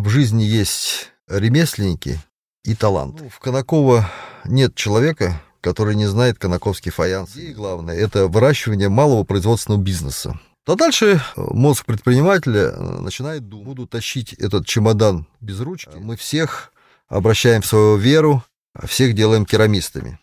В жизни есть ремесленники и талант. В Конаково нет человека, который не знает конаковский фаянс. И главное, это выращивание малого производственного бизнеса. А дальше мозг предпринимателя начинает думать. Буду тащить этот чемодан без ручки. Мы всех обращаем в свою веру, всех делаем керамистами.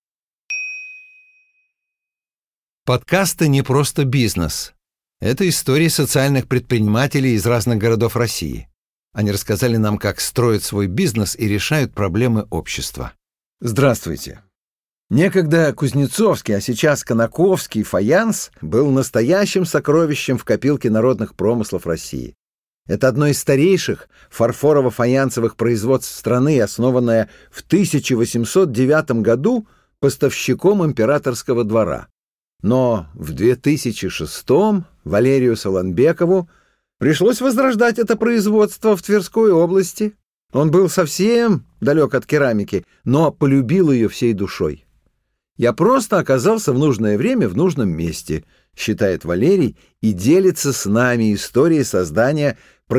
Подкасты «Не просто бизнес». Это истории социальных предпринимателей из разных городов России. Они рассказали нам, как строят свой бизнес и решают проблемы общества. Здравствуйте. Некогда Кузнецовский, а сейчас Конаковский фаянс был настоящим сокровищем в копилке народных промыслов России. Это одно из старейших фарфорово-фаянсовых производств страны, основанное в 1809 году поставщиком императорского двора. Но в 2006-м Валерию Солонбекову пришлось возрождать это производство в Тверской области. Он был совсем далек от керамики, но полюбил ее всей душой. «Я просто оказался в нужное время в нужном месте», считает Валерий и делится с нами историей создания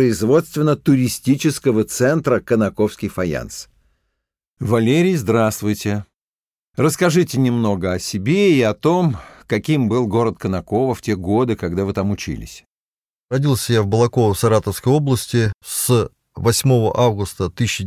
производственно-туристического центра «Конаковский фаянс». Валерий, здравствуйте. Расскажите немного о себе и о том, каким был город Конаково в те годы, когда вы там учились. Родился я в Балаково Саратовской области. С 8 августа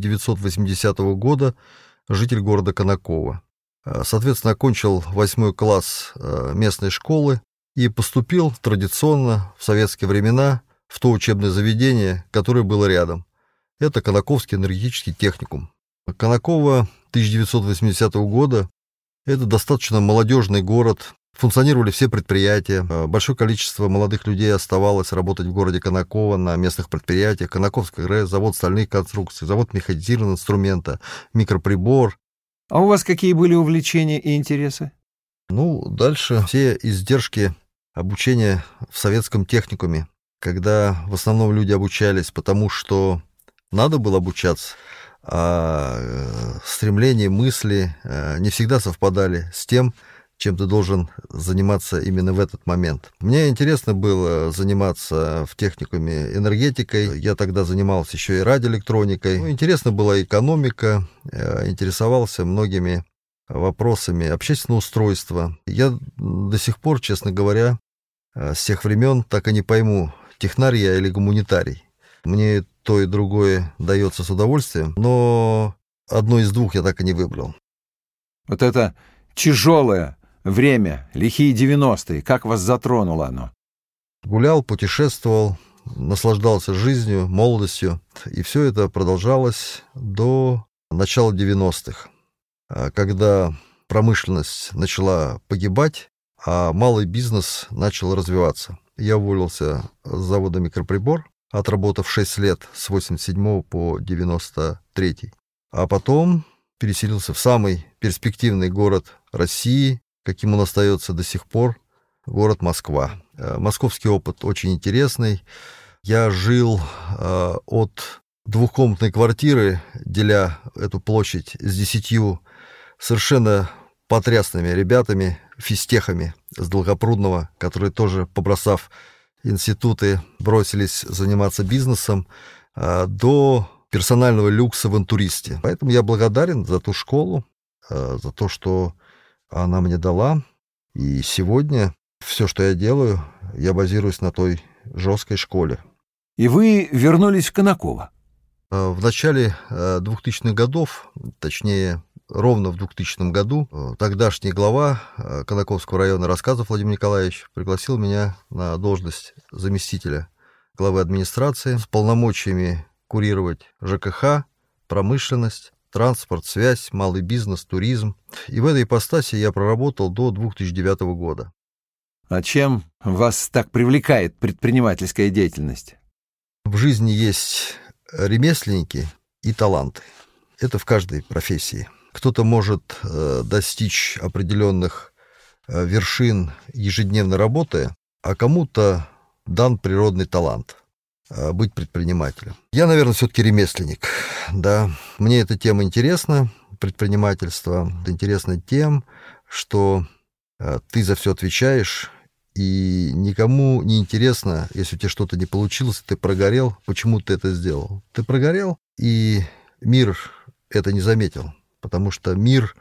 1980 года житель города Конаково. Соответственно, окончил 8 класс местной школы и поступил традиционно в советские времена в то учебное заведение, которое было рядом. Это Конаковский энергетический техникум. Конаково 1980 года – это достаточно молодежный город. Функционировали все предприятия. Большое количество молодых людей оставалось работать в городе Конаково на местных предприятиях. Конаковская ГРЭС, завод стальных конструкций, завод механизированного инструмента, микроприбор. А у вас какие были увлечения и интересы? Дальше все издержки обучения в советском техникуме, когда в основном люди обучались, потому что надо было обучаться, а стремления, мысли не всегда совпадали с тем, чем ты должен заниматься именно в этот момент. Мне интересно было заниматься в техникуме энергетикой. Я тогда занимался еще и радиоэлектроникой. Интересно была экономика, интересовался многими вопросами общественного устройства. Я до сих пор, честно говоря, с тех времен так и не пойму, технарь я или гуманитарий. Мне то и другое дается с удовольствием, но одно из двух я так и не выбрал. Вот это тяжелое время, лихие 90-е, как вас затронуло оно? Гулял, путешествовал, наслаждался жизнью, молодостью, и все это продолжалось до начала 90-х, когда промышленность начала погибать, а малый бизнес начал развиваться. Я уволился с завода «Микроприбор», отработав 6 лет с 87 по 93, а потом переселился в самый перспективный город России, каким он остается до сих пор, город Москва. Московский опыт очень интересный. Я жил от двухкомнатной квартиры, деля эту площадь с 10 совершенно потрясными ребятами, физтехами с Долгопрудного, которые тоже, побросав институты, бросились заниматься бизнесом, до персонального люкса в интуристе. Поэтому я благодарен за ту школу, за то, что она мне дала. И сегодня все, что я делаю, я базируюсь на той жесткой школе. И вы вернулись в Конаково? В начале 2000-х годов, точнее, ровно в 2000 году, тогдашний глава Конаковского района Рассказов Владимир Николаевич пригласил меня на должность заместителя главы администрации с полномочиями курировать ЖКХ, промышленность, транспорт, связь, малый бизнес, туризм. И в этой ипостаси я проработал до 2009 года. А чем вас так привлекает предпринимательская деятельность? В жизни есть ремесленники и таланты. Это в каждой профессии. Кто-то может достичь определенных вершин, ежедневно работая, а кому-то дан природный талант быть предпринимателем. Я, наверное, все-таки ремесленник. Да, мне эта тема интересна, предпринимательство. Интересно тем, что ты за все отвечаешь и никому не интересно, если у тебя что-то не получилось, ты прогорел, почему ты это сделал. Ты прогорел, и мир это не заметил, потому что мир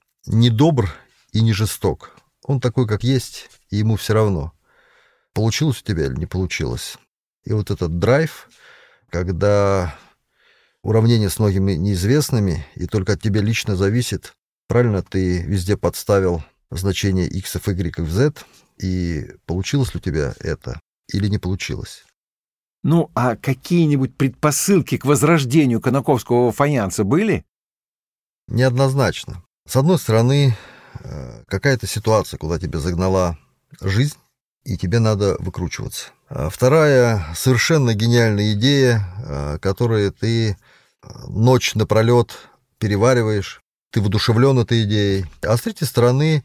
не добр и не жесток. Он такой, как есть, и ему все равно, получилось у тебя или не получилось. И вот этот драйв, когда уравнение с многими неизвестными, и только от тебя лично зависит, правильно ты везде подставил значение x, y, z, и получилось ли у тебя это или не получилось. Ну, а какие-нибудь предпосылки к возрождению конаковского фаянса были? Неоднозначно. С одной стороны, какая-то ситуация, куда тебя загнала жизнь, и тебе надо выкручиваться. А вторая совершенно гениальная идея, которую ты ночь напролет перевариваешь, ты воодушевлен этой идеей. А с третьей стороны,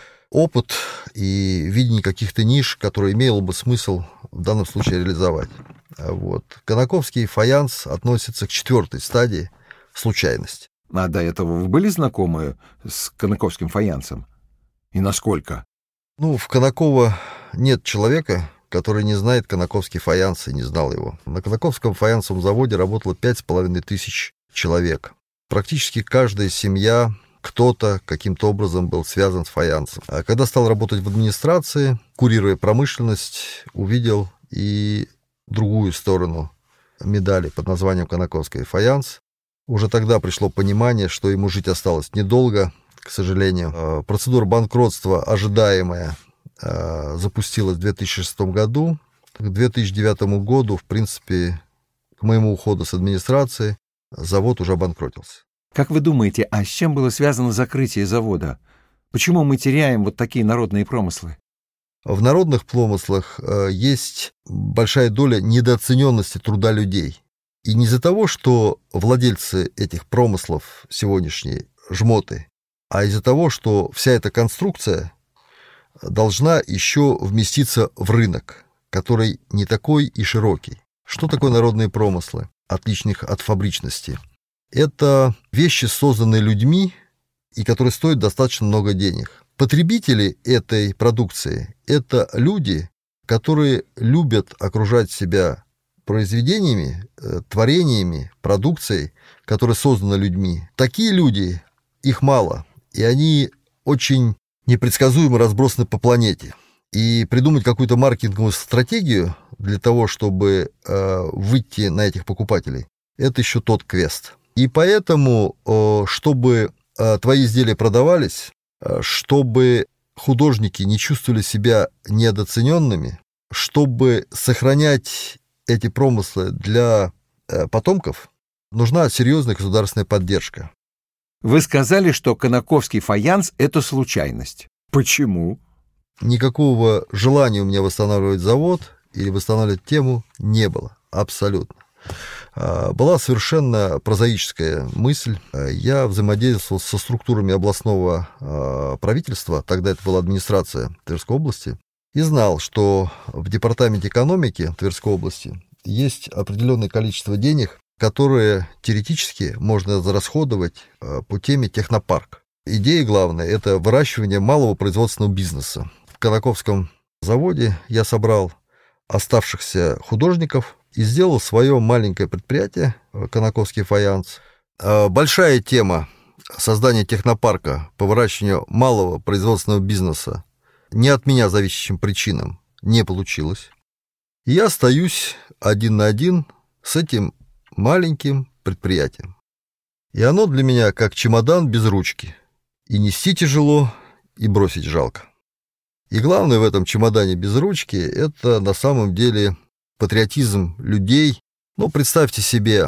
опыт и видение каких-то ниш, которые имело бы смысл в данном случае реализовать. Вот. Конаковский фаянс относится к 4-й стадии — случайность. А до этого вы были знакомы с конаковским фаянсом? И насколько? Ну, в Конаково нет человека, который не знает конаковский фаянс и не знал его. На конаковском фаянсовом заводе работало 5500 человек. Практически каждая семья, кто-то каким-то образом был связан с фаянсом. А когда стал работать в администрации, курируя промышленность, увидел и другую сторону медали под названием конаковский фаянс. Уже тогда пришло понимание, что ему жить осталось недолго, к сожалению. Процедура банкротства ожидаемая запустилась в 2006 году. К 2009 году, в принципе, к моему уходу с администрации, завод уже обанкротился. Как вы думаете, а с чем было связано закрытие завода? Почему мы теряем вот такие народные промыслы? В народных промыслах есть большая доля недооцененности труда людей. И не из-за того, что владельцы этих промыслов сегодняшние жмоты, а из-за того, что вся эта конструкция должна еще вместиться в рынок, который не такой и широкий. Что такое народные промыслы, отличных от фабричности? Это вещи, созданные людьми, и которые стоят достаточно много денег. Потребители этой продукции – это люди, которые любят окружать себя произведениями, творениями, продукцией, которая создана людьми. Такие люди, их мало, и они очень непредсказуемо разбросаны по планете. И придумать какую-то маркетинговую стратегию для того, чтобы выйти на этих покупателей, это еще тот квест. И поэтому, чтобы твои изделия продавались, чтобы художники не чувствовали себя недооцененными, чтобы сохранять эти промыслы для потомков, нужна серьезная государственная поддержка. Вы сказали, что конаковский фаянс — это случайность. Почему? Никакого желания у меня восстанавливать завод или восстанавливать тему не было. Абсолютно. Была совершенно прозаическая мысль. Я взаимодействовал со структурами областного правительства, тогда это была администрация Тверской области, и знал, что в департаменте экономики Тверской области есть определенное количество денег, которые теоретически можно зарасходовать по теме технопарк. Идея главная – это выращивание малого производственного бизнеса. В Конаковском заводе я собрал оставшихся художников и сделал свое маленькое предприятие «Конаковский фаянс». Большая тема создания технопарка по выращиванию малого производственного бизнеса не от меня зависящим причинам не получилось. И я остаюсь один на один с этим маленьким предприятием. И оно для меня как чемодан без ручки. И нести тяжело, и бросить жалко. И главное в этом чемодане без ручки – это на самом деле патриотизм людей. Ну, представьте себе,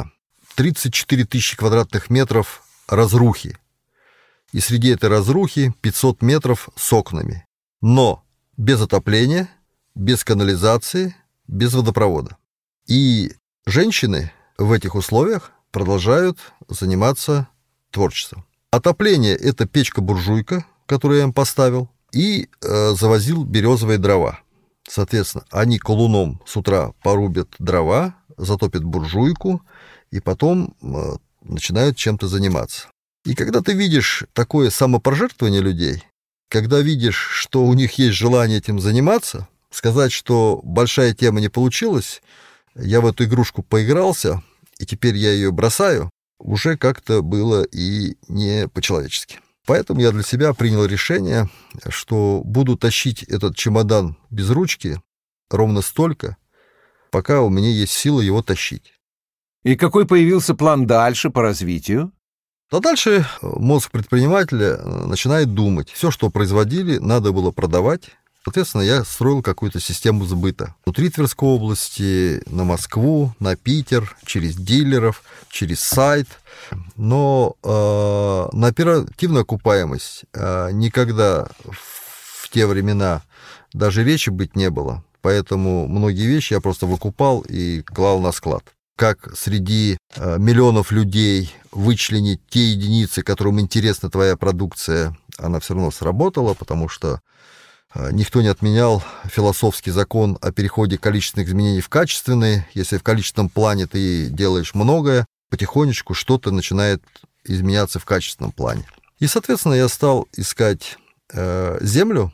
34 тысячи квадратных метров разрухи. И среди этой разрухи 500 метров с окнами. Но без отопления, без канализации, без водопровода. И женщины в этих условиях продолжают заниматься творчеством. Отопление – это печка-буржуйка, которую я им поставил, и завозил березовые дрова. Соответственно, они колуном с утра порубят дрова, затопят буржуйку, и потом начинают чем-то заниматься. И когда ты видишь такое самопожертвование людей, когда видишь, что у них есть желание этим заниматься, Сказать, что большая тема не получилась, я в эту игрушку поигрался, и теперь я ее бросаю, уже как-то было и не по-человечески. Поэтому я для себя принял решение, что буду тащить этот чемодан без ручки ровно столько, пока у меня есть сила его тащить. И какой появился план дальше по развитию? А дальше мозг предпринимателя начинает думать. Все, что производили, надо было продавать. Соответственно, я строил какую-то систему сбыта. Внутри Тверской области, на Москву, на Питер, через дилеров, через сайт. Но на оперативную окупаемость никогда в те времена даже речи быть не было. Поэтому многие вещи я просто выкупал и клал на склад. Как среди миллионов людей вычленить те единицы, которым интересна твоя продукция, она все равно сработала, потому что никто не отменял философский закон о переходе количественных изменений в качественные. Если в количественном плане ты делаешь многое, потихонечку что-то начинает изменяться в качественном плане. И, соответственно, я стал искать землю,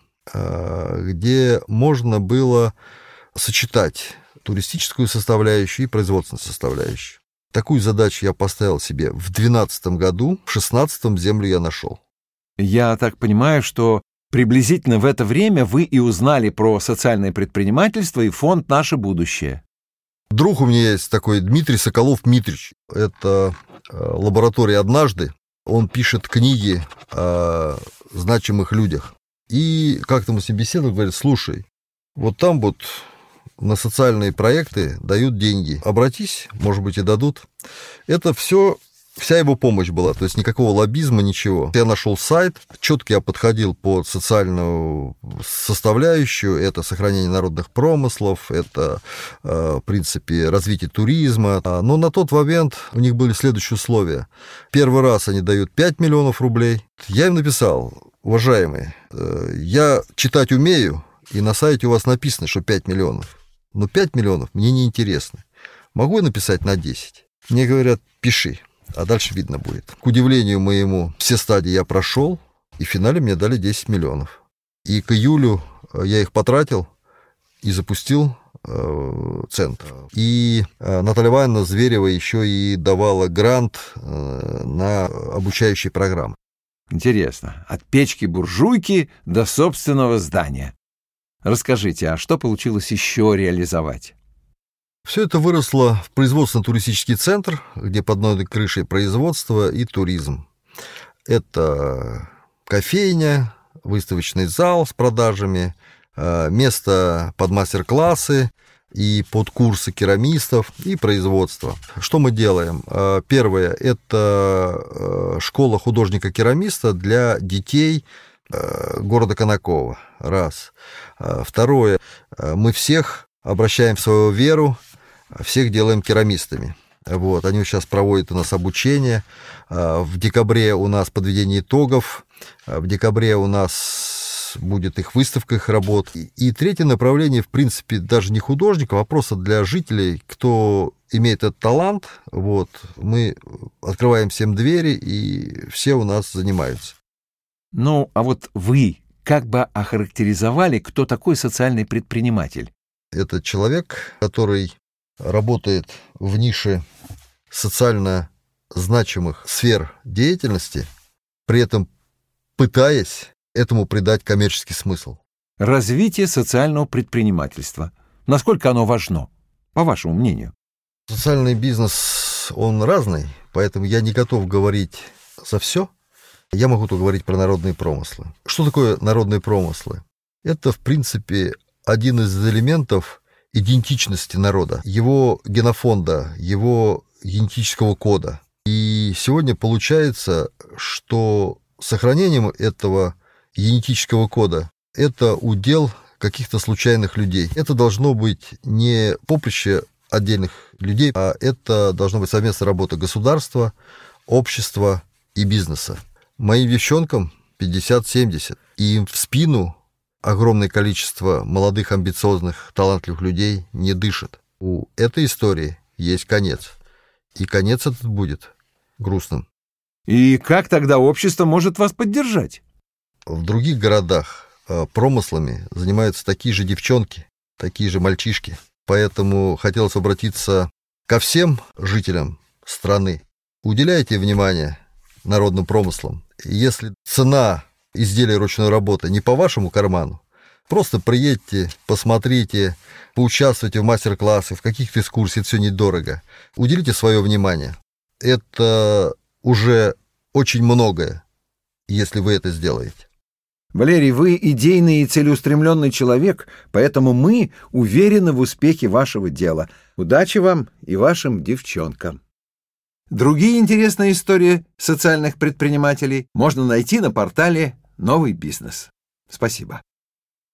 где можно было сочетать туристическую составляющую и производственную составляющую. Такую задачу я поставил себе в 2012 году, в 2016 землю я нашел. Я так понимаю, что приблизительно в это время вы и узнали про социальное предпринимательство и фонд «Наше будущее». Друг у меня есть такой Дмитрий Соколов-Митрич. Это лаборатория «Однажды». Он пишет книги о значимых людях. И как-то мы с ним беседовали, говорит, слушай, вот там вот на социальные проекты дают деньги. Обратись, может быть, и дадут. Это все, вся его помощь была, то есть никакого лоббизма, ничего. Я нашел сайт, четко я подходил под социальную составляющую, это сохранение народных промыслов, это, в принципе, развитие туризма. Но на тот момент у них были следующие условия. Первый раз они дают 5 миллионов рублей. Я им написал, уважаемые, я читать умею, и на сайте у вас написано, что 5 миллионов. Но 5 миллионов мне не интересно. Могу я написать на 10? Мне говорят, пиши, а дальше видно будет. К удивлению моему, все стадии я прошел, и в финале мне дали 10 миллионов. И к июлю я их потратил и запустил центр. И Наталья Ивановна Зверева еще и давала грант на обучающие программы. Интересно. От печки-буржуйки до собственного здания. Расскажите, а что получилось еще реализовать? Все это выросло в производственно-туристический центр, где под одной крышей производство и туризм. Это кофейня, выставочный зал с продажами, место под мастер-классы и под курсы керамистов и производство. Что мы делаем? Первое – это школа художника-керамиста для детей города Конаково. Раз. Второе. Мы всех обращаем в свою веру, всех делаем керамистами. Вот. Они сейчас проводят у нас обучение. В декабре у нас подведение итогов. В декабре у нас будет их выставка, их работ. И третье направление, в принципе, даже не художников, а просто для жителей, кто имеет этот талант. Вот. Мы открываем всем двери, и все у нас занимаются. Ну, а вот вы как бы охарактеризовали, кто такой социальный предприниматель? Это человек, который работает в нише социально значимых сфер деятельности, при этом пытаясь этому придать коммерческий смысл. Развитие социального предпринимательства. Насколько оно важно, по вашему мнению? Социальный бизнес, он разный, поэтому я не готов говорить за все. Я могу только говорить про народные промыслы. Что такое народные промыслы? Это, в принципе, один из элементов идентичности народа, его генофонда, его генетического кода. И сегодня получается, что сохранением этого генетического кода – это удел каких-то случайных людей. Это должно быть не поприще отдельных людей, а это должна быть совместная работа государства, общества и бизнеса. Моим девчонкам 50-70, и им в спину огромное количество молодых, амбициозных, талантливых людей не дышит. У этой истории есть конец. И конец этот будет грустным. И как тогда общество может вас поддержать? В других городах промыслами занимаются такие же девчонки, такие же мальчишки. Поэтому хотелось обратиться ко всем жителям страны. Уделяйте внимание народным промыслам. Если цена изделия ручной работы не по вашему карману, просто приедьте, посмотрите, поучаствуйте в мастер-классах, в каких-то экскурсиях, это все недорого. Уделите свое внимание. Это уже очень многое, если вы это сделаете. Валерий, вы идейный и целеустремленный человек, поэтому мы уверены в успехе вашего дела. Удачи вам и вашим девчонкам. Другие интересные истории социальных предпринимателей можно найти на портале «Новый бизнес». Спасибо.